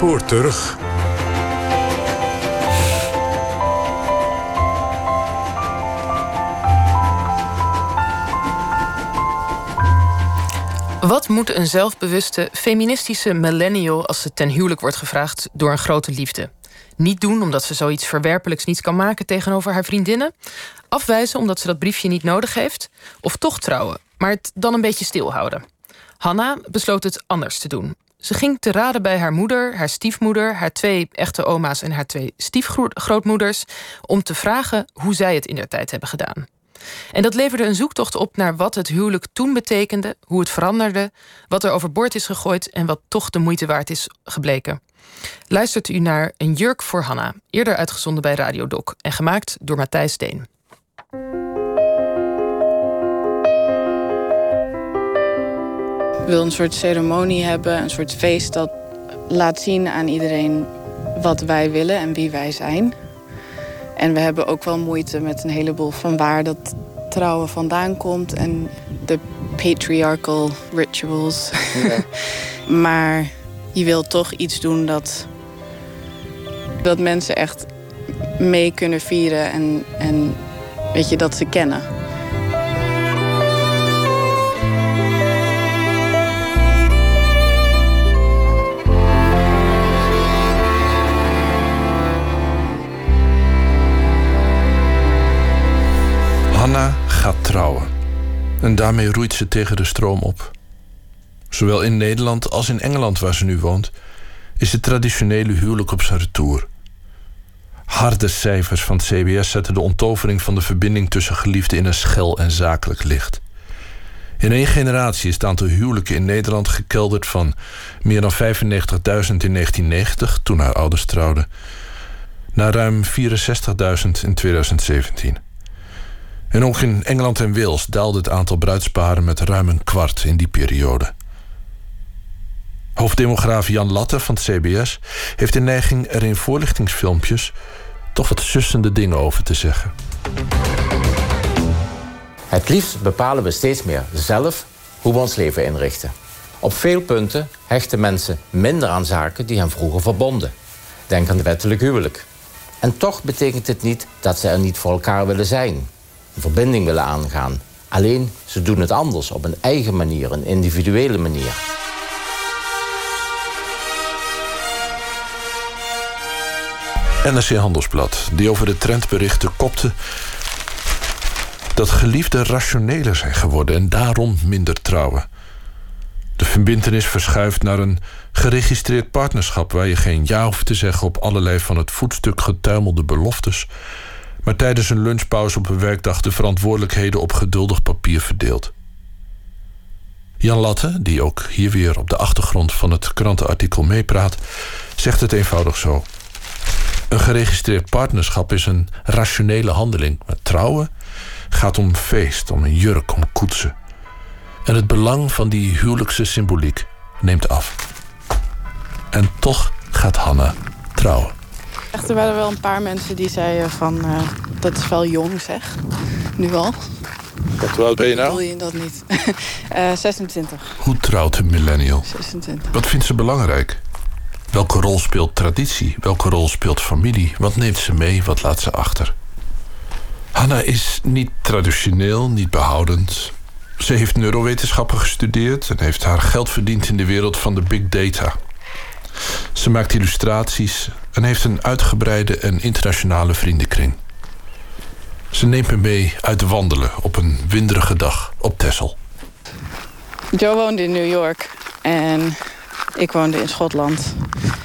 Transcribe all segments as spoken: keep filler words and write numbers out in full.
spoor terug. Wat moet een zelfbewuste feministische millennial als ze ten huwelijk wordt gevraagd door een grote liefde? Niet doen omdat ze zoiets verwerpelijks niet kan maken tegenover haar vriendinnen? Afwijzen omdat ze dat briefje niet nodig heeft? Of toch trouwen, maar het dan een beetje stilhouden? Hanna besloot het anders te doen. Ze ging te raden bij haar moeder, haar stiefmoeder, haar twee echte oma's en haar twee stiefgrootmoeders om te vragen hoe zij het indertijd hebben gedaan. En dat leverde een zoektocht op naar wat het huwelijk toen betekende, hoe het veranderde, wat er overboord is gegooid en wat toch de moeite waard is gebleken. Luistert u naar Een jurk voor Hanna, eerder uitgezonden bij Radio Doc en gemaakt door Matthijs Deen. Ik wil een soort ceremonie hebben, een soort feest dat laat zien aan iedereen wat wij willen en wie wij zijn. En we hebben ook wel moeite met een heleboel van waar dat trouwen vandaan komt en de patriarchal rituals. Ja. Maar je wil toch iets doen dat, dat mensen echt mee kunnen vieren en, en weet je, dat ze kennen. Hanna gaat trouwen. En daarmee roeit ze tegen de stroom op. Zowel in Nederland als in Engeland, waar ze nu woont, is het traditionele huwelijk op zijn retour. Harde cijfers van het C B S zetten de onttovering van de verbinding tussen geliefden in een schel en zakelijk licht. In één generatie is het aantal huwelijken in Nederland gekelderd van meer dan vijfennegentigduizend in negentien negentig, toen haar ouders trouwden, naar ruim vierenzestigduizend in tweeduizend zeventien. En ook in Engeland en Wales daalde het aantal bruidsparen met ruim een kwart in die periode. Hoofddemograaf Jan Latte van het C B S heeft de neiging er in voorlichtingsfilmpjes toch wat sussende dingen over te zeggen. Het liefst bepalen we steeds meer zelf hoe we ons leven inrichten. Op veel punten hechten mensen minder aan zaken die hen vroeger verbonden. Denk aan het wettelijk huwelijk. En toch betekent het niet dat ze er niet voor elkaar willen zijn. Een verbinding willen aangaan. Alleen, ze doen het anders, op een eigen manier, een individuele manier. N R C Handelsblad, die over de trend berichtte, kopte dat geliefden rationeler zijn geworden en daarom minder trouwen. De verbintenis verschuift naar een geregistreerd partnerschap waar je geen ja hoeft te zeggen op allerlei van het voetstuk getuimelde beloftes, maar tijdens een lunchpauze op een werkdag de verantwoordelijkheden op geduldig papier verdeelt. Jan Latte, die ook hier weer op de achtergrond van het krantenartikel meepraat, zegt het eenvoudig zo. Een geregistreerd partnerschap is een rationele handeling, maar trouwen gaat om feest, om een jurk, om koetsen. En het belang van die huwelijkse symboliek neemt af. En toch gaat Hanna trouwen. Echt, er waren wel een paar mensen die zeiden van, uh, dat is wel jong zeg, nu al. Hoe oud ben je nou? Wil je dat niet? uh, zesentwintig. Hoe trouwt een millennial? zesentwintig. Wat vindt ze belangrijk? Welke rol speelt traditie? Welke rol speelt familie? Wat neemt ze mee? Wat laat ze achter? Hanna is niet traditioneel, niet behoudend. Ze heeft neurowetenschappen gestudeerd en heeft haar geld verdiend in de wereld van de big data. Ze maakt illustraties en heeft een uitgebreide en internationale vriendenkring. Ze neemt me mee uit wandelen op een winderige dag op Texel. Joe woonde in New York en ik woonde in Schotland.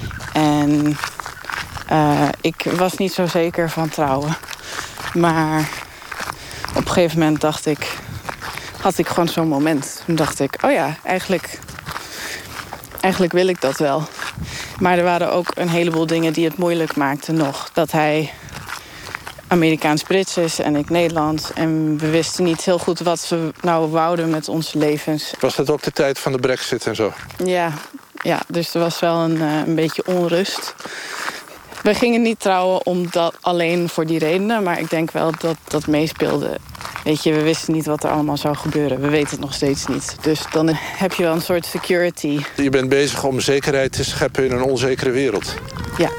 En uh, ik was niet zo zeker van trouwen. Maar op een gegeven moment dacht ik, had ik gewoon zo'n moment. Toen dacht ik, oh ja, eigenlijk, eigenlijk wil ik dat wel. Maar er waren ook een heleboel dingen die het moeilijk maakten nog. Dat hij Amerikaans-Brits is en ik Nederlands. En we wisten niet heel goed wat we nou wouden met onze levens. Was dat ook de tijd van de Brexit en zo? Ja, ja, dus er was wel een, uh, een beetje onrust. We gingen niet trouwen omdat alleen voor die redenen. Maar ik denk wel dat dat meespeelde weet je, we wisten niet wat er allemaal zou gebeuren. We weten het nog steeds niet. Dus dan heb je wel een soort security. Je bent bezig om zekerheid te scheppen in een onzekere wereld. Ja.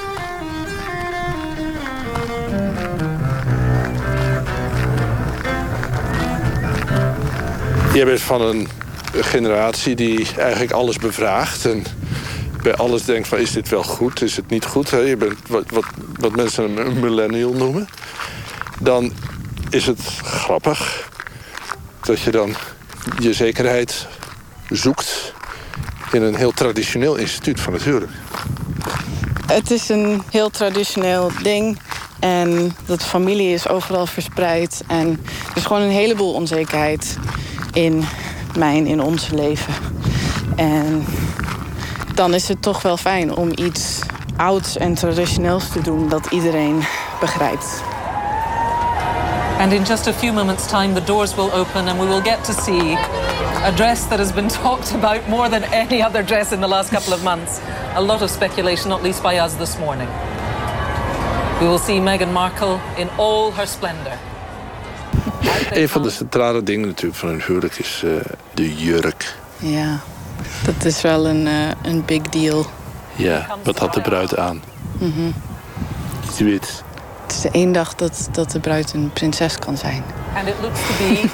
Je bent van een generatie die eigenlijk alles bevraagt en bij alles denkt van, is dit wel goed, is het niet goed? Je bent wat, wat, wat mensen een millennial noemen. Dan is het grappig dat je dan je zekerheid zoekt in een heel traditioneel instituut van het huwelijk. Het is een heel traditioneel ding. En dat familie is overal verspreid. En er is gewoon een heleboel onzekerheid in mijn, in ons leven. En dan is het toch wel fijn om iets ouds en traditioneels te doen dat iedereen begrijpt. And in just a few moments' time, the doors will open and we will get to see a dress that has been talked about more than any other dress in the last couple of months. A lot of speculation, not least by us this morning. We will see Meghan Markle in all her splendor. Een van de centrale dingen natuurlijk van een huwelijk is uh, de jurk. Ja, dat is wel een, uh, een big deal. Ja, wat had de bruid aan? Mm-hmm. Iets wit. Het is de één dag dat, dat de bruid een prinses kan zijn. And it looks to be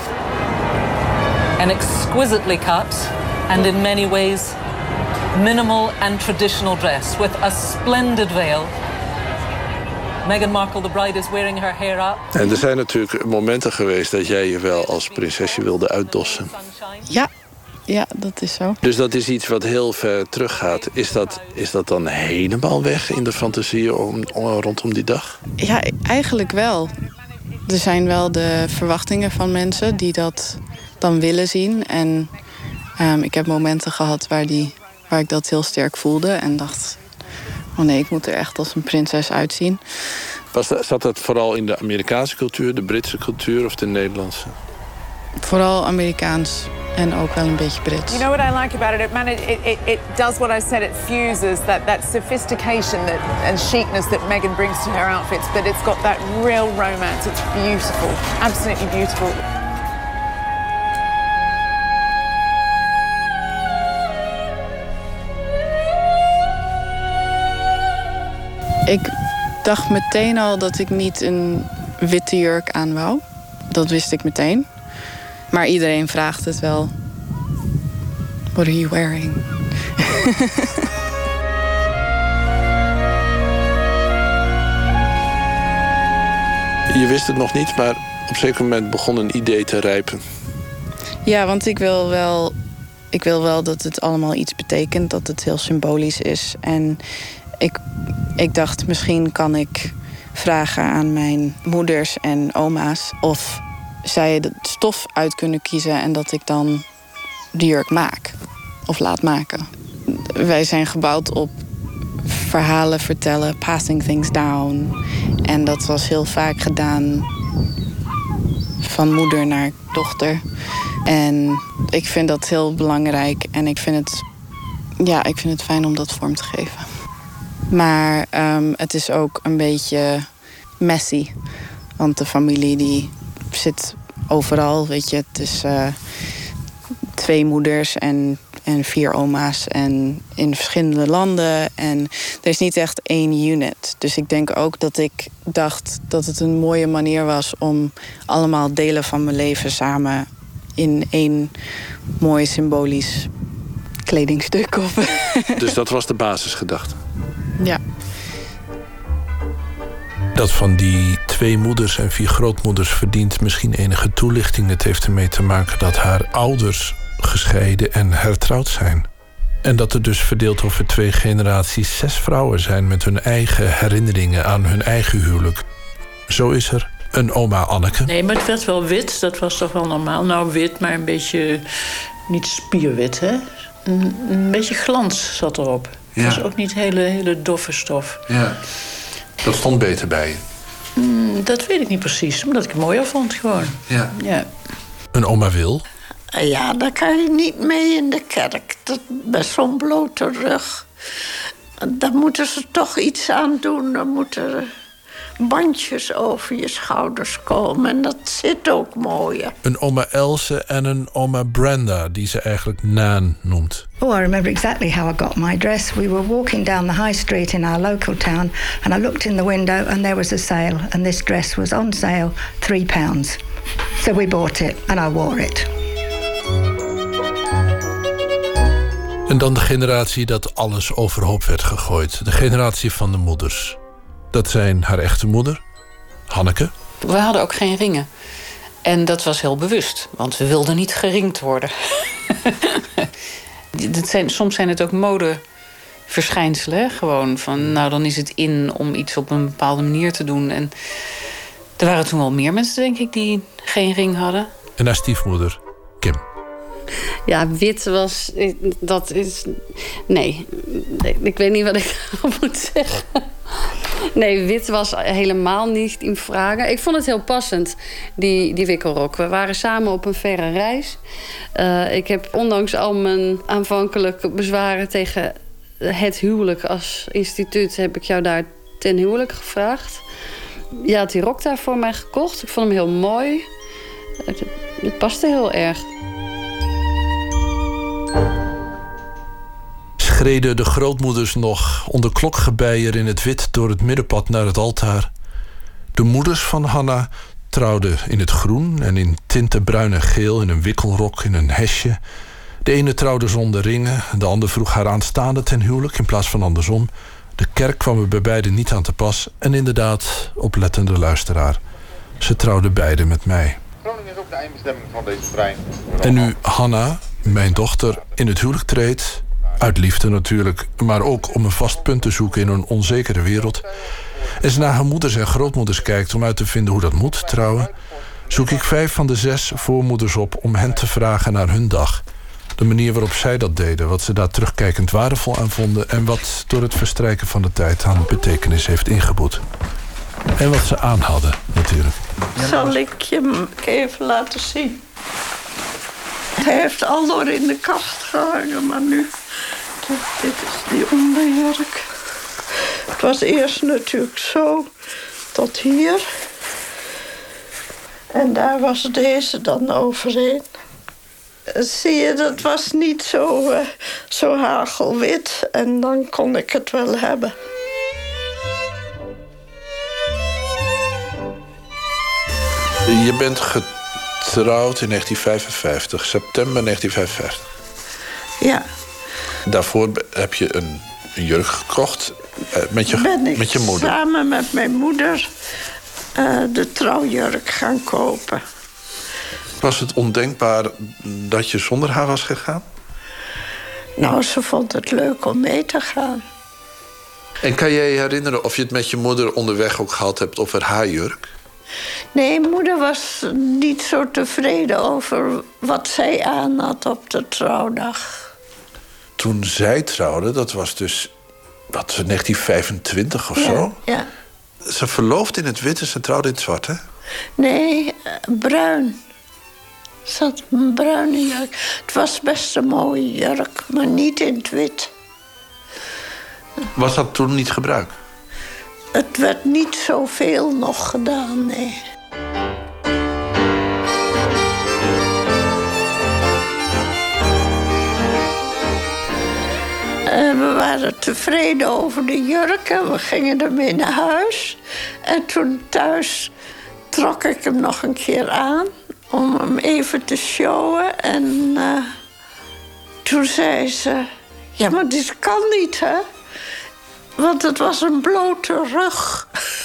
an exquisitely cut and in many ways minimal and traditional dress with a splendid veil. Meghan Markle, the bride, is wearing her hair up. En er zijn natuurlijk momenten geweest dat jij je wel als prinsesje wilde uitdossen. Ja, ja, dat is zo. Dus dat is iets wat heel ver teruggaat. Is dat, is dat dan helemaal weg in de fantasieën om, om, rondom die dag? Ja, eigenlijk wel. Er zijn wel de verwachtingen van mensen die dat dan willen zien. En um, ik heb momenten gehad waar, die, waar ik dat heel sterk voelde en dacht, oh nee, ik moet er echt als een prinses uitzien. Was dat, zat dat vooral in de Amerikaanse cultuur, de Britse cultuur of de Nederlandse? Vooral Amerikaans en ook wel een beetje Brits. You know what I like about it? It, man, it, it, it does what I said. It fuses that, that sophistication that, and chicness that Meghan brings to her outfits, but it's got that real romance. It's beautiful, absolutely beautiful. Ik dacht meteen al dat ik niet een witte jurk aan wou. Dat wist ik meteen. Maar iedereen vraagt het wel. What are you wearing? Je wist het nog niet, maar op een zeker moment begon een idee te rijpen. Ja, want ik wil wel, ik wil wel dat het allemaal iets betekent. Dat het heel symbolisch is. En ik, ik dacht, misschien kan ik vragen aan mijn moeders en oma's of zij het stof uit kunnen kiezen en dat ik dan de jurk maak of laat maken. Wij zijn gebouwd op verhalen vertellen, passing things down. En dat was heel vaak gedaan van moeder naar dochter. En ik vind dat heel belangrijk en ik vind het, ja, ik vind het fijn om dat vorm te geven. Maar um, het is ook een beetje messy. Want de familie die zit overal, weet je. Het is uh, twee moeders en, en vier oma's en in verschillende landen. En er is niet echt één unit. Dus ik denk ook dat ik dacht dat het een mooie manier was om allemaal delen van mijn leven samen in één mooi symbolisch kledingstuk. Of dus dat was de basisgedachte? Ja. Dat van die twee moeders en vier grootmoeders verdient misschien enige toelichting. Het heeft ermee te maken dat haar ouders gescheiden en hertrouwd zijn. En dat er dus verdeeld over twee generaties zes vrouwen zijn met hun eigen herinneringen aan hun eigen huwelijk. Zo is er een oma Anneke. Nee, maar het werd wel wit, dat was toch wel normaal. Nou, wit, maar een beetje niet spierwit, hè? Een, een beetje glans zat erop. Ja. Het was ook niet hele, hele doffe stof. Ja. Dat stond beter bij je? Mm, dat weet ik niet precies, omdat ik het mooier vond gewoon. Ja. Ja. Een oma Wil? Ja, daar kan je niet mee in de kerk. Dat, met zo'n blote rug. Daar moeten ze toch iets aan doen. Dan moet er, bandjes over je schouders komen. En dat zit ook mooier. Een oma Else en een oma Brenda, die ze eigenlijk Nan noemt. Oh, I remember exactly how I got my dress. We were walking down the high street in our local town, and I looked in the window and there was a sale, and this dress was on sale, three pounds. So we bought it and I wore it. En dan de generatie dat alles overhoop werd gegooid. De generatie van de moeders. Dat zijn haar echte moeder, Hanneke. We hadden ook geen ringen. En dat was heel bewust, want we wilden niet geringd worden. Dat zijn, soms zijn het ook modeverschijnselen. Hè? Gewoon van, nou dan is het in om iets op een bepaalde manier te doen. En er waren toen wel meer mensen, denk ik, die geen ring hadden. En haar stiefmoeder, Kim. Ja, wit was... Dat is... Nee, ik weet niet wat ik daarop moet zeggen. Nee, wit was helemaal niet in vragen. Ik vond het heel passend, die, die wikkelrok. We waren samen op een verre reis. Uh, ik heb ondanks al mijn aanvankelijke bezwaren tegen het huwelijk als instituut, heb ik jou daar ten huwelijk gevraagd. Je had die rok daar voor mij gekocht. Ik vond hem heel mooi. Het, het paste heel erg. Schreden de grootmoeders nog onder klokgebeier in het wit door het middenpad naar het altaar. De moeders van Hanna trouwden in het groen en in tinten bruin en geel, in een wikkelrok, in een hesje. De ene trouwde zonder ringen, de ander vroeg haar aanstaande ten huwelijk in plaats van andersom. De kerk kwam er bij beiden niet aan te pas en inderdaad, oplettende luisteraar, ze trouwden beiden met mij. Groningen is ook de eindbestemming van deze trein. En nu Hanna, mijn dochter, in het huwelijk treedt, uit liefde natuurlijk, maar ook om een vast punt te zoeken in een onzekere wereld, en ze naar haar moeders en grootmoeders kijkt om uit te vinden hoe dat moet, trouwen, zoek ik vijf van de zes voormoeders op om hen te vragen naar hun dag. De manier waarop zij dat deden, wat ze daar terugkijkend waardevol aan vonden en wat door het verstrijken van de tijd aan betekenis heeft ingeboet. En wat ze aan hadden, natuurlijk. Zal ik je hem even laten zien? Hij heeft al door in de kast gehangen, maar nu... Dit is die onderjurk. Het was eerst natuurlijk zo, tot hier. En daar was deze dan overheen. Zie je, dat was niet zo, uh, zo hagelwit. En dan kon ik het wel hebben. Je bent getrouwd in negentien vijfenvijftig, september negentien vijfenvijftig. Ja. Daarvoor heb je een jurk gekocht uh, met, je, ben ik met je moeder. Samen met mijn moeder uh, de trouwjurk gaan kopen. Was het ondenkbaar dat je zonder haar was gegaan? Nou, ze vond het leuk om mee te gaan. En kan jij je herinneren of je het met je moeder onderweg ook gehad hebt over haar jurk? Nee, moeder was niet zo tevreden over wat zij aan had op de trouwdag. Toen zij trouwde, dat was dus wat, negentien vijfentwintig of ja, zo? Ja. Ze verloofde in het wit en ze trouwde in het zwart, hè? Nee, bruin. Ze had een bruine jurk. Het was best een mooie jurk, maar niet in het wit. Was dat toen niet gebruikt? Het werd niet zoveel nog gedaan, nee. Uh, we waren tevreden over de jurken. We gingen ermee naar huis. En toen thuis trok ik hem nog een keer aan om hem even te showen. En uh, toen zei ze... Ja, maar dit kan niet, hè? Want het was een blote rug.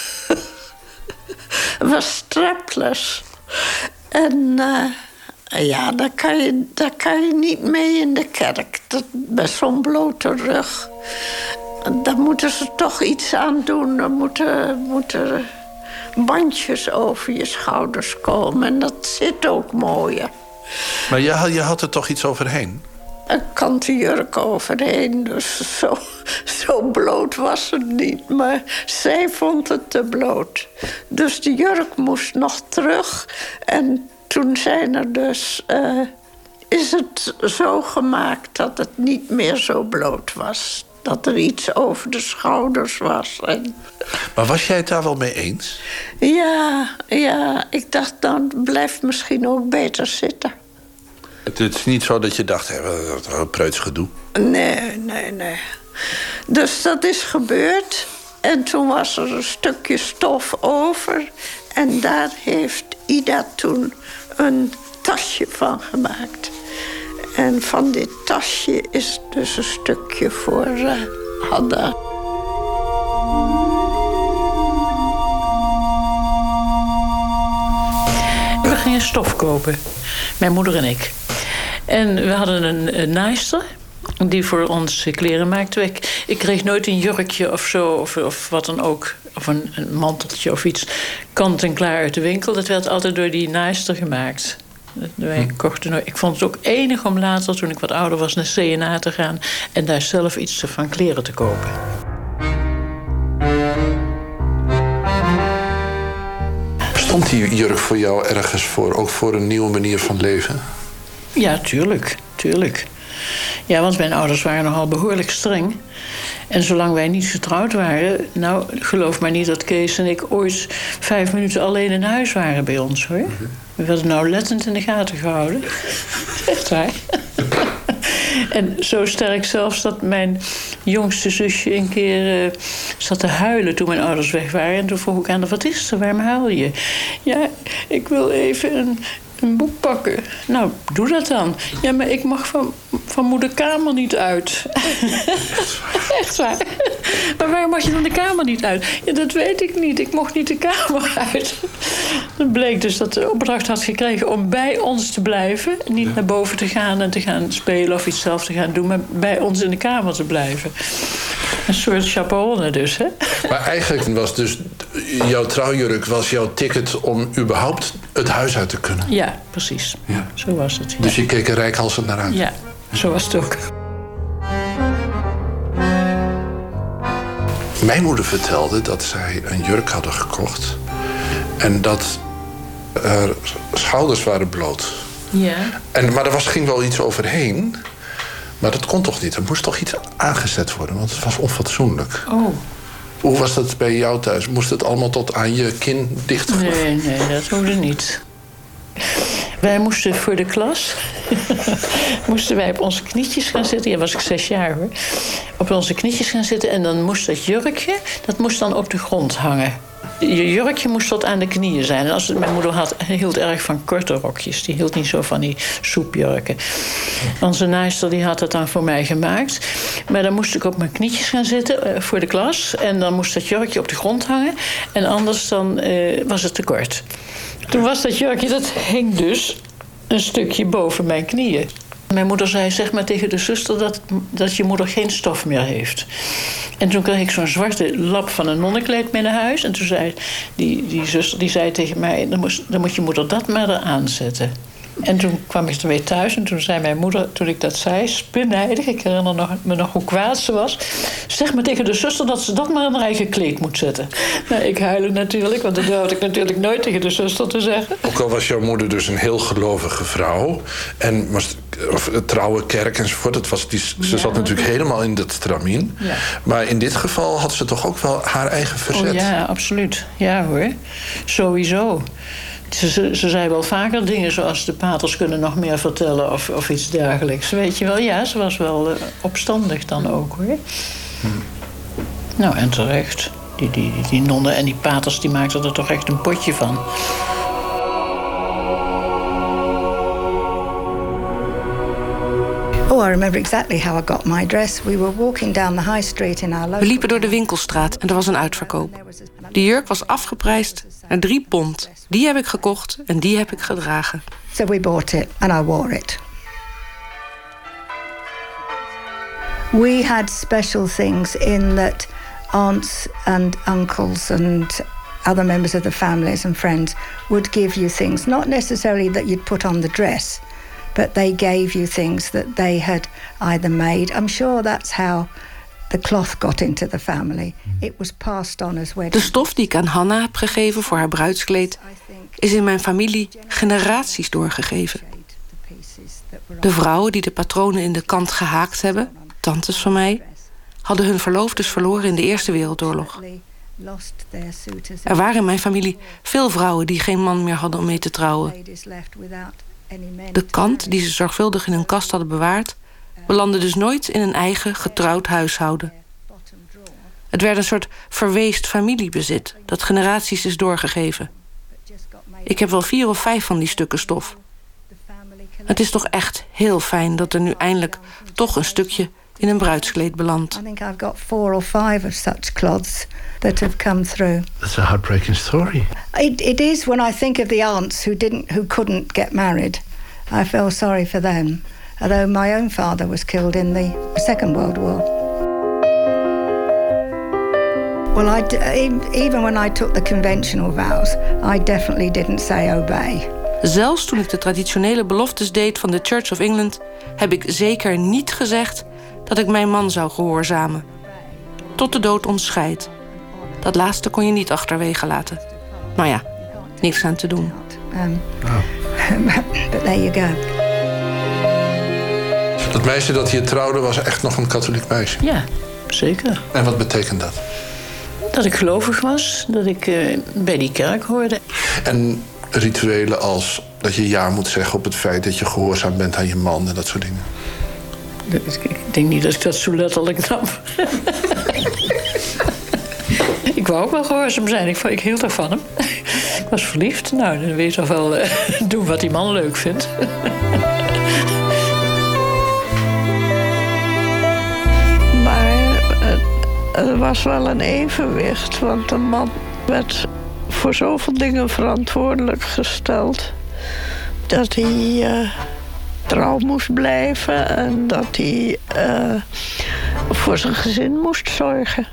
Het was strapless. En uh, ja, daar kan, je, daar kan je niet mee in de kerk. Dat, met zo'n blote rug. Daar moeten ze toch iets aan doen. Er moeten, moeten bandjes over je schouders komen. En dat zit ook mooier. Maar je, je had er toch iets overheen? Een kanten jurk overheen, dus zo, zo bloot was het niet. Maar zij vond het te bloot. Dus de jurk moest nog terug. En toen zijn er dus... Uh, is het zo gemaakt dat het niet meer zo bloot was. dat er iets over de schouders was. En... Maar was jij het daar wel mee eens? Ja, ja, ik dacht, dan blijft misschien ook beter zitten. Het is niet zo dat je dacht, hé, wat een preuts gedoe. Nee, nee, nee. Dus dat is gebeurd. En toen was er een stukje stof over. En daar heeft Ida toen een tasje van gemaakt. En van dit tasje is dus een stukje voor uh, Hanna. We gingen stof kopen, mijn moeder en ik. En we hadden een, een naaister die voor ons kleren maakte. Ik, ik kreeg nooit een jurkje of zo, of, of wat dan ook. Of een, een manteltje of iets, kant en klaar uit de winkel. Dat werd altijd door die naaister gemaakt. Wij kochten, ik vond het ook enig om later, toen ik wat ouder was, naar C en A te gaan en daar zelf iets van kleren te kopen. Stond die jurk voor jou ergens voor, ook voor een nieuwe manier van leven? Ja, tuurlijk, tuurlijk. Ja, want mijn ouders waren nogal behoorlijk streng. En zolang wij niet getrouwd waren... nou, geloof maar niet dat Kees en ik ooit vijf minuten alleen in huis waren bij ons, hoor. We werden nauwlettend in de gaten gehouden. Echt waar. En zo sterk zelfs dat mijn jongste zusje een keer uh, zat te huilen toen mijn ouders weg waren. En toen vroeg ik aan haar, wat is er? Waarom huil je? Ja, ik wil even een... een boek pakken. Nou, doe dat dan. Ja, maar ik mag van, van moeder kamer niet uit. Echt waar. Maar waarom mag je dan de kamer niet uit? Ja, dat weet ik niet. Ik mocht niet de kamer uit. Dan bleek dus dat de opdracht had gekregen om bij ons te blijven. Niet ja. naar boven te gaan en te gaan spelen of iets zelf te gaan doen, maar bij ons in de kamer te blijven. Een soort chaperone dus, hè? Maar eigenlijk was dus jouw trouwjurk was jouw ticket om überhaupt het huis uit te kunnen. Ja, precies. Ja. Zo was het. Ja. Dus je keek er reikhalzend naar uit. Ja, zo was het ook. Mijn moeder vertelde dat zij een jurk hadden gekocht en dat haar schouders waren bloot. Ja. En, maar er was, ging wel iets overheen. Maar dat kon toch niet? Er moest toch iets aangezet worden, want het was onfatsoenlijk. Oh. Hoe was dat bij jou thuis? Moest het allemaal tot aan je kin dicht? Nee, nee, dat hoefde niet. Wij moesten voor de klas... moesten wij op onze knietjes gaan zitten. Ja, was ik zes jaar, hoor. Op onze knietjes gaan zitten en dan moest dat jurkje... dat moest dan op de grond hangen. Je jurkje moest tot aan de knieën zijn. En als het, mijn moeder had, hield erg van korte rokjes. Die hield niet zo van die soepjurken. Onze naaister die had het dan voor mij gemaakt. Maar dan moest ik op mijn knietjes gaan zitten uh, voor de klas. En dan moest dat jurkje op de grond hangen. En anders dan uh, was het te kort. Toen was dat jurkje, dat hing dus een stukje boven mijn knieën. Mijn moeder zei, zeg maar tegen de zuster dat, dat je moeder geen stof meer heeft. En toen kreeg ik zo'n zwarte lap van een nonnenkleed mee naar huis. En toen zei die, die zuster die zei tegen mij, dan, moest, dan moet je moeder dat maar eraan zetten. En toen kwam ik er weer thuis en toen zei mijn moeder, toen ik dat zei, spinnijdig, ik herinner nog, me nog hoe kwaad ze was, zeg maar tegen de zuster dat ze dat maar in haar eigen kleed moet zetten. Nou, ik huilen natuurlijk, want dat durfde ik natuurlijk nooit tegen de zuster te zeggen. Ook al was jouw moeder dus een heel gelovige vrouw en was, of, trouwe kerk enzovoort, dat was die, ze ja, zat natuurlijk helemaal in dat stramien. Ja. Maar in dit geval had ze toch ook wel haar eigen verzet? Oh ja, absoluut. Ja hoor, sowieso. Ze, ze, ze zei wel vaker dingen zoals de paters kunnen nog meer vertellen of, of iets dergelijks. Weet je wel, ja, ze was wel uh, opstandig dan ook, hoor. Hm. Nou, en terecht. Die, die, die nonnen en die paters die maakten er toch echt een potje van. Oh, I remember exactly how I got my dress. We were walking down the high street in our local... We liepen door de winkelstraat en er was een uitverkoop. De jurk was afgeprijsd naar drie pond. Die heb ik gekocht en die heb ik gedragen. So we bought it and I wore it. We had special things in that aunts and uncles and other members of the families and friends would give you things, not necessarily that you'd put on the dress, but they gave you things that they had either made. I'm sure that's how the cloth got into the family. It was passed on as wedding. De stof die ik aan Hanna heb gegeven voor haar bruidskleed is in mijn familie generaties doorgegeven. De vrouwen die de patronen in de kant gehaakt hebben, tantes van mij, hadden hun verloofdes verloren in de Eerste Wereldoorlog. Er waren in mijn familie veel vrouwen die geen man meer hadden om mee te trouwen. De kant die ze zorgvuldig in hun kast hadden bewaard, belandde dus nooit in een eigen getrouwd huishouden. Het werd een soort verweest familiebezit dat generaties is doorgegeven. Ik heb wel vier of vijf van die stukken stof. Het is toch echt heel fijn dat er nu eindelijk toch een stukje in een bruidskleed belandt. I think I've got four or five of such cloths that have come through. That's a heartbreaking story. It, it is when I think of the aunts who didn't, who couldn't get married. I feel sorry for them. Although my own father was killed in the Second World War. Well, I d- even when I took the conventional vows, I definitely didn't say obey. Zelfs toen ik de traditionele beloftes deed van de Church of England, heb ik zeker niet gezegd dat ik mijn man zou gehoorzamen. Tot de dood ons scheidt. Dat laatste kon je niet achterwege laten. Maar ja, niks aan te doen. Um, but there you go. Dat meisje dat hier trouwde was echt nog een katholiek meisje? Ja, zeker. En wat betekent dat? Dat ik gelovig was, dat ik uh, bij die kerk hoorde. En rituelen als dat je ja moet zeggen op het feit dat je gehoorzaam bent aan je man en dat soort dingen? Ik denk niet dat ik dat zo letterlijk nam. Ik wou ook wel gehoorzaam zijn. Ik, ik hield ervan hem. Ik was verliefd. Nou, dan weet je toch wel uh, doen wat die man leuk vindt. Maar uh, er was wel een evenwicht. Want de man werd voor zoveel dingen verantwoordelijk gesteld. Dat hij uh, trouw moest blijven en dat hij uh, voor zijn gezin moest zorgen.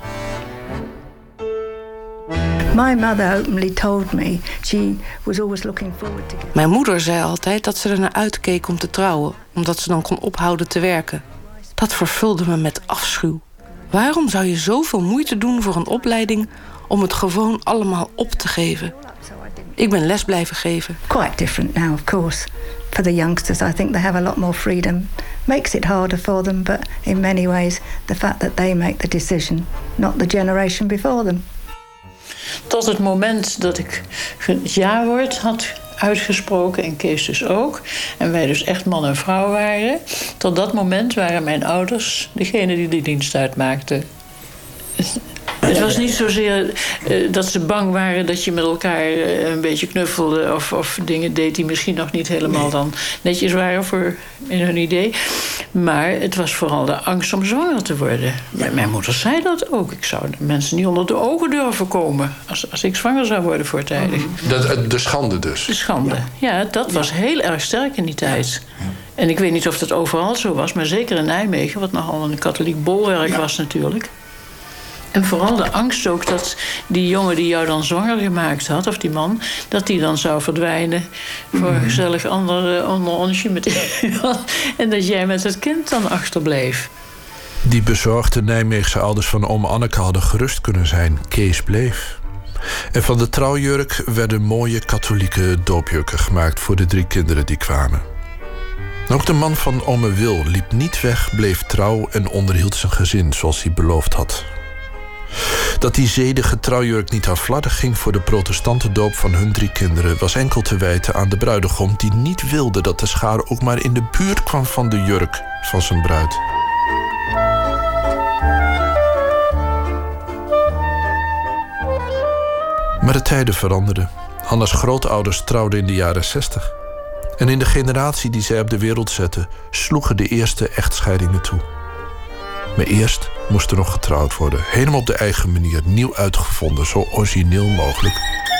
My mother openly told me she was always looking forward to get... Mijn moeder zei altijd dat ze er naar uitkeek om te trouwen, omdat ze dan kon ophouden te werken. Dat vervulde me met afschuw. Waarom zou je zoveel moeite doen voor een opleiding om het gewoon allemaal op te geven? Ik ben les blijven geven. Quite different now, of course. For the youngsters, I think they have a lot more freedom. Makes it harder for them, but in many ways, the fact that they make the decision, not the generation before them. Tot het moment dat ik het ja-woord had uitgesproken, en Kees dus ook, en wij dus echt man en vrouw waren, tot dat moment waren mijn ouders degene die de dienst uitmaakten. Het was niet zozeer uh, dat ze bang waren dat je met elkaar uh, een beetje knuffelde of, of dingen deed die misschien nog niet helemaal dan netjes waren voor in hun idee. Maar het was vooral de angst om zwanger te worden. Mijn, mijn moeder zei dat ook. Ik zou de mensen niet onder de ogen durven komen als, als ik zwanger zou worden voortijdig. De, de schande dus? De schande, ja, ja dat was heel erg sterk in die tijd. En ik weet niet of dat overal zo was, maar zeker in Nijmegen, wat nogal een katholiek bolwerk ja. was natuurlijk. En vooral de angst ook dat die jongen die jou dan zwanger gemaakt had, of die man, dat die dan zou verdwijnen voor een gezellig ander onderonsje met en dat jij met het kind dan achterbleef. Die bezorgde Nijmeegse ouders van oom Anneke hadden gerust kunnen zijn. Kees bleef. En van de trouwjurk werden mooie katholieke doopjurken gemaakt voor de drie kinderen die kwamen. Ook de man van ome Wil liep niet weg, bleef trouw en onderhield zijn gezin zoals hij beloofd had. Dat die zedige trouwjurk niet aan fladder ging voor de protestantendoop van hun drie kinderen was enkel te wijten aan de bruidegom die niet wilde dat de schade ook maar in de buurt kwam van de jurk van zijn bruid. Maar de tijden veranderden. Hanna's grootouders trouwden in de jaren zestig. En in de generatie die zij op de wereld zetten sloegen de eerste echtscheidingen toe. Maar eerst moest er nog getrouwd worden. Helemaal op de eigen manier, nieuw uitgevonden, zo origineel mogelijk.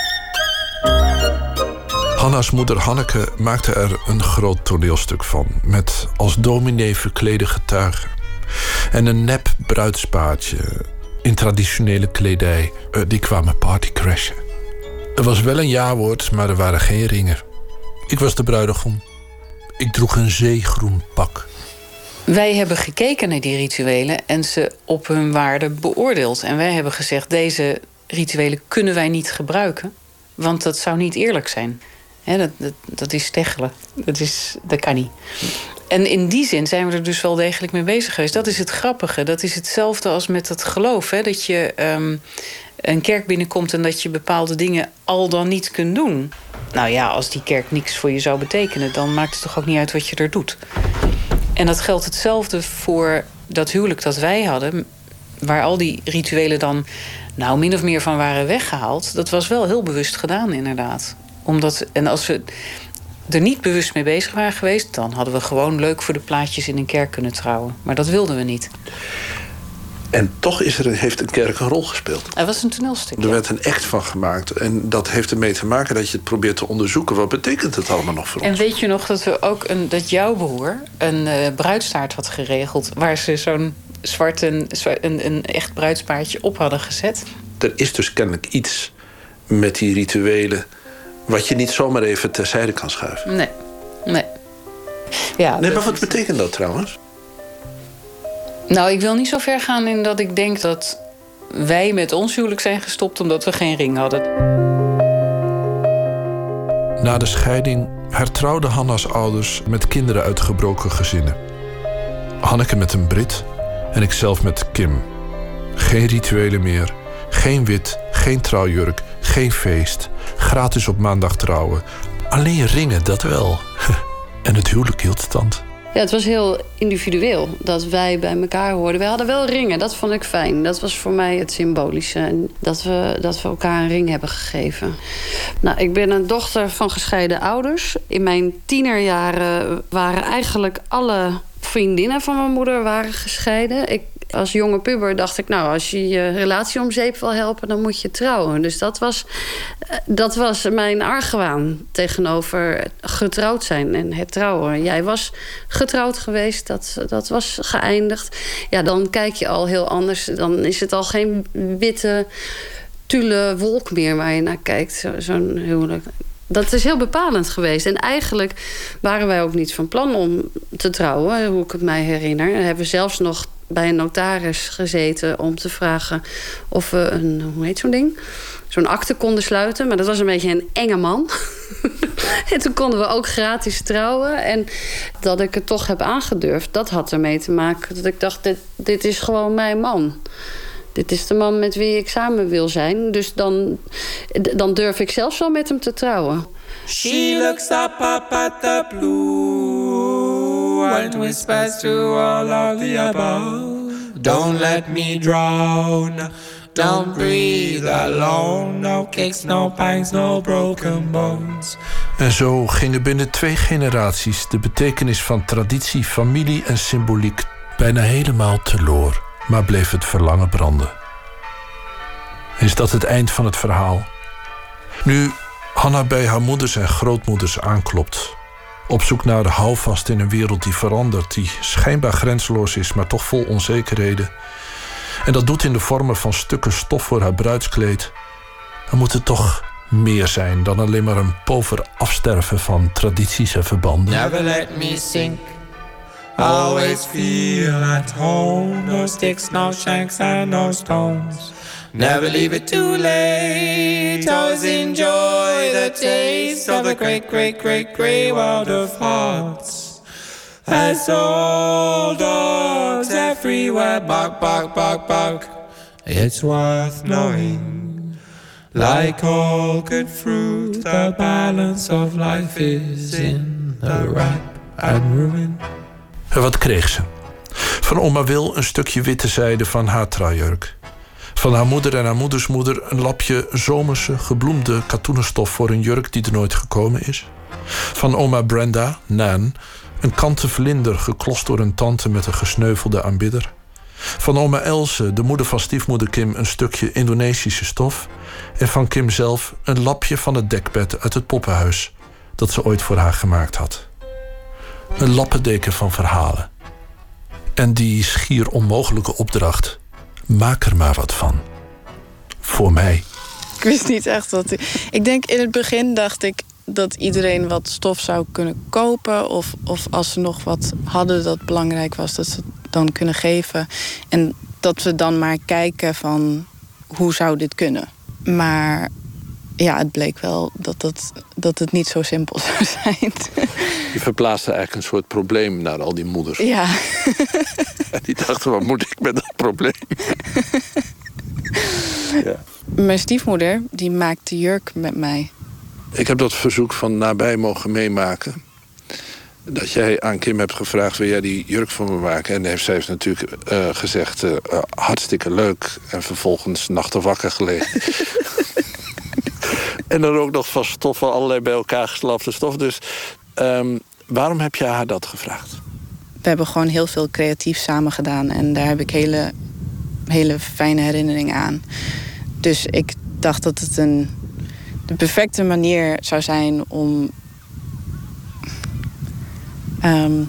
Hanna's moeder Hanneke maakte er een groot toneelstuk van. Met als dominee verklede getuigen. En een nep bruidspaadje in traditionele kledij. Die kwamen partycrashen. Er was wel een ja-woord, maar er waren geen ringen. Ik was de bruidegom. Ik droeg een zeegroen pak. Wij hebben gekeken naar die rituelen en ze op hun waarde beoordeeld. En wij hebben gezegd, deze rituelen kunnen wij niet gebruiken. Want dat zou niet eerlijk zijn. He, dat, dat, dat is steggelen. Dat, is, dat kan niet. En in die zin zijn we er dus wel degelijk mee bezig geweest. Dat is het grappige. Dat is hetzelfde als met het geloof. Hè? Dat je um, een kerk binnenkomt en dat je bepaalde dingen al dan niet kunt doen. Nou ja, als die kerk niks voor je zou betekenen, dan maakt het toch ook niet uit wat je er doet. En dat geldt hetzelfde voor dat huwelijk dat wij hadden, waar al die rituelen dan nou min of meer van waren weggehaald. Dat was wel heel bewust gedaan, inderdaad. Omdat, en als we er niet bewust mee bezig waren geweest, dan hadden we gewoon leuk voor de plaatjes in een kerk kunnen trouwen. Maar dat wilden we niet. En toch is er, heeft een kerk een rol gespeeld. Er was een toneelstuk. Er werd een act van gemaakt. En dat heeft ermee te maken dat je het probeert te onderzoeken. Wat betekent het allemaal nog voor ons? En weet je nog dat we ook een, dat jouw broer een uh, bruidstaart had geregeld, waar ze zo'n zwart een, een, een echt bruidspaardje op hadden gezet? Er is dus kennelijk iets met die rituelen wat je niet zomaar even terzijde kan schuiven. Nee, nee. Ja, nee, maar wat betekent dat trouwens? Nou, ik wil niet zo ver gaan in dat ik denk dat wij met ons huwelijk zijn gestopt omdat we geen ring hadden. Na de scheiding hertrouwden Hanna's ouders met kinderen uit gebroken gezinnen. Hanneke met een Brit en ikzelf met Kim. Geen rituelen meer, geen wit, geen trouwjurk, geen feest. Gratis op maandag trouwen. Alleen ringen, dat wel. En het huwelijk hield stand. Ja, het was heel individueel dat wij bij elkaar hoorden. We hadden wel ringen, dat vond ik fijn. Dat was voor mij het symbolische. En dat we, dat we elkaar een ring hebben gegeven. Nou, ik ben een dochter van gescheiden ouders. In mijn tienerjaren waren eigenlijk alle vriendinnen van mijn moeder waren gescheiden. Ik, als jonge puber dacht ik, nou, als je je relatie om zeep wil helpen, dan moet je trouwen. Dus dat was, dat was mijn argwaan tegenover getrouwd zijn en het trouwen. Jij was getrouwd geweest, dat, dat was geëindigd. Ja, dan kijk je al heel anders. Dan is het al geen witte tulle wolk meer waar je naar kijkt, zo'n huwelijk. Dat is heel bepalend geweest. En eigenlijk waren wij ook niet van plan om te trouwen, hoe ik het mij herinner. We hebben zelfs nog bij een notaris gezeten om te vragen of we een, hoe heet zo'n ding? Zo'n akte konden sluiten. Maar dat was een beetje een enge man. En toen konden we ook gratis trouwen. En dat ik het toch heb aangedurfd, dat had ermee te maken dat ik dacht, dit, dit is gewoon mijn man. Dit is de man met wie ik samen wil zijn. Dus dan, dan durf ik zelfs wel met hem te trouwen. She looks up, up at the blue and whispers to all of the above. Don't let me drown. Don't breathe alone. No kicks, no pangs, no broken bones. En zo gingen binnen twee generaties de betekenis van traditie, familie en symboliek bijna helemaal teloor. Maar bleef het verlangen branden. Is dat het eind van het verhaal? Nu Hanna bij haar moeders en grootmoeders aanklopt, op zoek naar de houvast in een wereld die verandert, die schijnbaar grenzeloos is, maar toch vol onzekerheden. En dat doet in de vormen van stukken stof voor haar bruidskleed. Dan moet het toch meer zijn dan alleen maar een pover afsterven van tradities en verbanden. Never let me sink. Always feel at home. No sticks, no shanks and no stones. Never leave it too late. Always enjoy the taste of the great, great, great, great world of hearts. As old dogs everywhere bark, bark, bark, bark. It's worth knowing. Like all good fruit, the balance of life is in the ripe and ruin. En wat kreeg ze? Van oma Wil een stukje witte zijde van haar trouwjurk. Van haar moeder en haar moedersmoeder een lapje zomerse, gebloemde katoenen stof voor een jurk die er nooit gekomen is. Van oma Brenda, Nan, een kanten vlinder geklost door een tante met een gesneuvelde aanbidder. Van oma Else, de moeder van stiefmoeder Kim, een stukje Indonesische stof. En van Kim zelf een lapje van het dekbed uit het poppenhuis dat ze ooit voor haar gemaakt had. Een lappendeken van verhalen. En die schier onmogelijke opdracht: maak er maar wat van. Voor mij. Ik wist niet echt wat ik... Ik denk in het begin dacht ik dat iedereen wat stof zou kunnen kopen. Of, of als ze nog wat hadden dat belangrijk was, dat ze het dan kunnen geven. En dat we dan maar kijken van hoe zou dit kunnen. Maar ja, het bleek wel dat het, dat het niet zo simpel zou zijn. Je verplaatste eigenlijk een soort probleem naar al die moeders. Ja. En die dachten, wat moet ik met dat probleem? Ja. Mijn stiefmoeder, die maakte jurk met mij. Ik heb dat verzoek van nabij mogen meemaken. Dat jij aan Kim hebt gevraagd, wil jij die jurk voor me maken? En heeft zij heeft natuurlijk uh, gezegd, uh, uh, hartstikke leuk. En vervolgens nachten wakker gelegen. En dan ook nog van stof, van allerlei bij elkaar geslapte stof. Dus um, waarom heb je haar dat gevraagd? We hebben gewoon heel veel creatief samen gedaan. En daar heb ik hele, hele fijne herinneringen aan. Dus ik dacht dat het een, de perfecte manier zou zijn om... Um,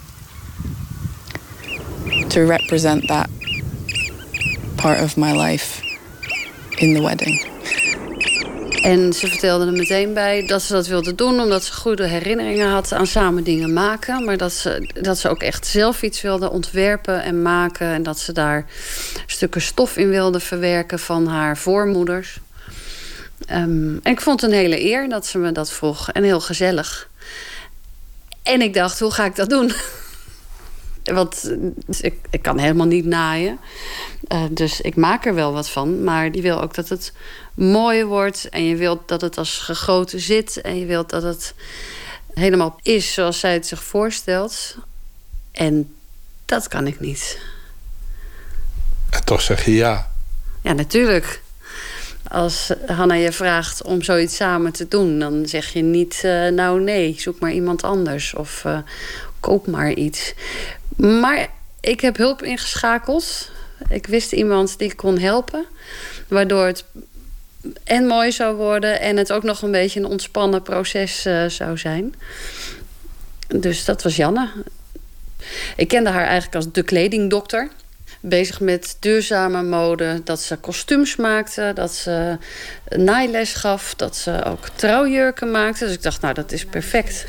to represent that part of my life in the wedding. En ze vertelde er meteen bij dat ze dat wilde doen... omdat ze goede herinneringen had aan samen dingen maken. Maar dat ze, dat ze ook echt zelf iets wilde ontwerpen en maken. En dat ze daar stukken stof in wilde verwerken van haar voormoeders. Um, en ik vond het een hele eer dat ze me dat vroeg. En heel gezellig. En ik dacht, hoe ga ik dat doen? Want ik, ik kan helemaal niet naaien. Uh, dus ik maak er wel wat van. Maar je wil ook dat het mooi wordt. En je wilt dat het als gegoten zit. En je wilt dat het helemaal is zoals zij het zich voorstelt. En dat kan ik niet. En toch zeg je ja. Ja, natuurlijk. Als Hanna je vraagt om zoiets samen te doen... dan zeg je niet, uh, nou nee, zoek maar iemand anders. Of uh, koop maar iets. Maar ik heb hulp ingeschakeld. Ik wist iemand die kon helpen. Waardoor het en mooi zou worden... en het ook nog een beetje een ontspannen proces uh, zou zijn. Dus dat was Janne. Ik kende haar eigenlijk als de kledingdokter... bezig met duurzame mode, dat ze kostuums maakte... dat ze naailes gaf, dat ze ook trouwjurken maakte. Dus ik dacht, nou, dat is perfect.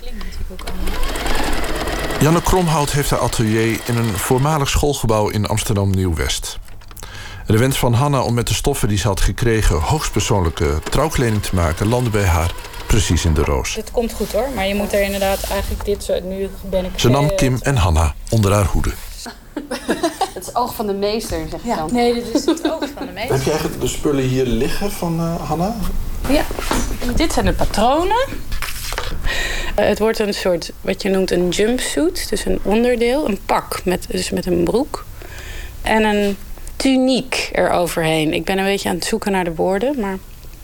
Janne Kromhout heeft haar atelier in een voormalig schoolgebouw in Amsterdam Nieuw-West. De wens van Hanna om met de stoffen die ze had gekregen... hoogstpersoonlijke trouwkleding te maken, landde bij haar precies in de roos. Dit komt goed hoor, maar je moet er inderdaad eigenlijk dit zo... Nu ben ik... Ze nam Kim en Hanna onder haar hoede. Het is het oog van de meester, zeg je ja. dan. Nee, dit is het oog van de meester. Heb je eigenlijk de spullen hier liggen van uh, Hanna? Ja, dit zijn de patronen. Uh, het wordt een soort, wat je noemt een jumpsuit. Dus een onderdeel, een pak, met, dus met een broek. En een tuniek eroverheen. Ik ben een beetje aan het zoeken naar de woorden, maar...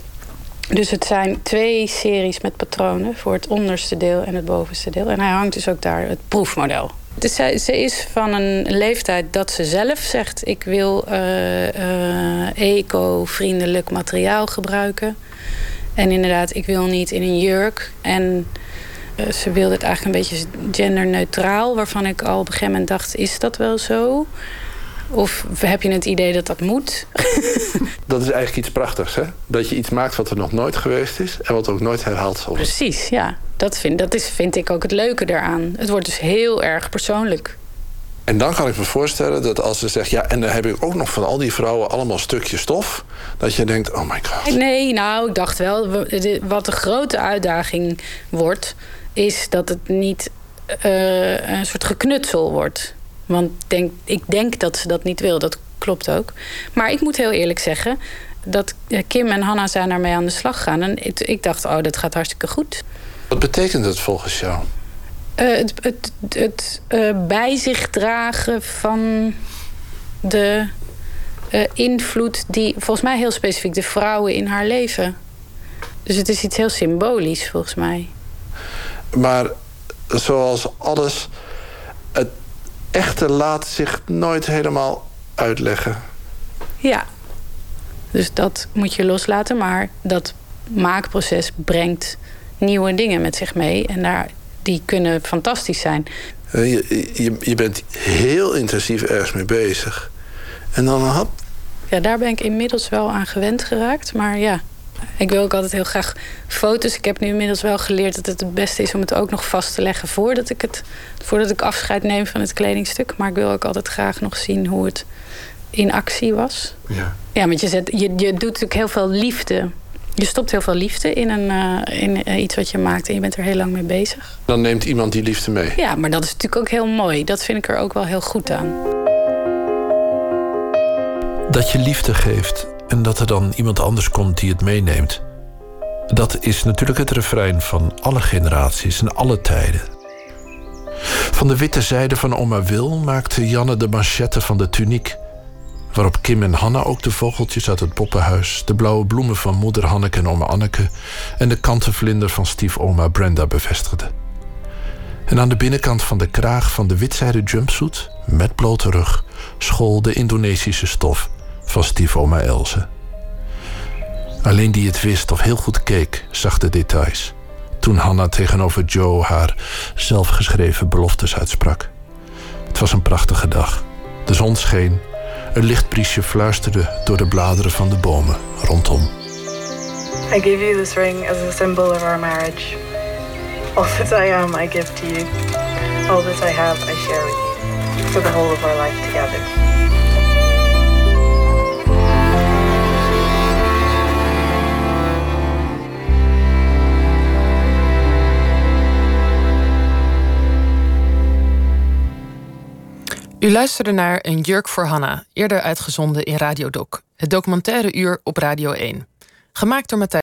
Dus het zijn twee series met patronen voor het onderste deel en het bovenste deel. En hij hangt dus ook daar, het proefmodel. Dus zij, ze is van een leeftijd dat ze zelf zegt... ik wil uh, uh, eco-vriendelijk materiaal gebruiken. En inderdaad, ik wil niet in een jurk. En uh, ze wilde het eigenlijk een beetje genderneutraal... waarvan ik al op een gegeven moment dacht, is dat wel zo? Of heb je het idee dat dat moet? Dat is eigenlijk iets prachtigs, hè? Dat je iets maakt wat er nog nooit geweest is... en wat ook nooit herhaald zal worden. Precies, ja. Dat, vind, dat is, vind ik ook het leuke daaraan. Het wordt dus heel erg persoonlijk. En dan kan ik me voorstellen dat als ze zegt... ja, en dan heb ik ook nog van al die vrouwen allemaal stukjes stof... dat je denkt, oh my god. Nee, nou, ik dacht wel... wat de grote uitdaging wordt... is dat het niet uh, een soort geknutsel wordt... Want denk, ik denk dat ze dat niet wil, dat klopt ook. Maar ik moet heel eerlijk zeggen... dat Kim en Hanna zijn daarmee aan de slag gegaan. En ik, ik dacht, oh, dat gaat hartstikke goed. Wat betekent het volgens jou? Uh, het het, het uh, bij zich dragen van de uh, invloed... die volgens mij heel specifiek de vrouwen in haar leven. Dus het is iets heel symbolisch, volgens mij. Maar zoals alles... het echte laat zich nooit helemaal uitleggen. Ja, dus dat moet je loslaten. Maar dat maakproces brengt nieuwe dingen met zich mee. En daar, die kunnen fantastisch zijn. Je, je, je bent heel intensief ergens mee bezig. En dan een hap. Ja, daar ben ik inmiddels wel aan gewend geraakt. Maar ja, ik wil ook altijd heel graag foto's. Ik heb nu inmiddels wel geleerd dat het het beste is om het ook nog vast te leggen voordat ik het, voordat ik afscheid neem van het kledingstuk. Maar ik wil ook altijd graag nog zien hoe het in actie was. Ja, ja want je, zet, je, je doet natuurlijk heel veel liefde Je stopt heel veel liefde in, een, uh, in uh, iets wat je maakt en je bent er heel lang mee bezig. Dan neemt iemand die liefde mee. Ja, maar dat is natuurlijk ook heel mooi. Dat vind ik er ook wel heel goed aan. Dat je liefde geeft en dat er dan iemand anders komt die het meeneemt. Dat is natuurlijk het refrein van alle generaties en alle tijden. Van de witte zijde van oma Wil maakte Janne de manchetten van de tuniek, waarop Kim en Hanna ook de vogeltjes uit het poppenhuis, de blauwe bloemen van moeder Hanneke en oma Anneke en de kantenvlinder van stiefoma Brenda bevestigden. En aan de binnenkant van de kraag van de witzijden jumpsuit, met blote rug, school de Indonesische stof van stiefoma Else. Alleen die het wist of heel goed keek, zag de details, toen Hanna tegenover Joe haar zelfgeschreven beloftes uitsprak. Het was een prachtige dag. De zon scheen. Een licht briesje fluisterde door de bladeren van de bomen rondom. I give you this ring as a symbol of our marriage. All that I am, I give to you. All that I have, I share with you. For the whole of our life together. U luisterde naar Een jurk voor Hanna, eerder uitgezonden in Radio Doc. Het documentaire uur op Radio één. Gemaakt door Matthijs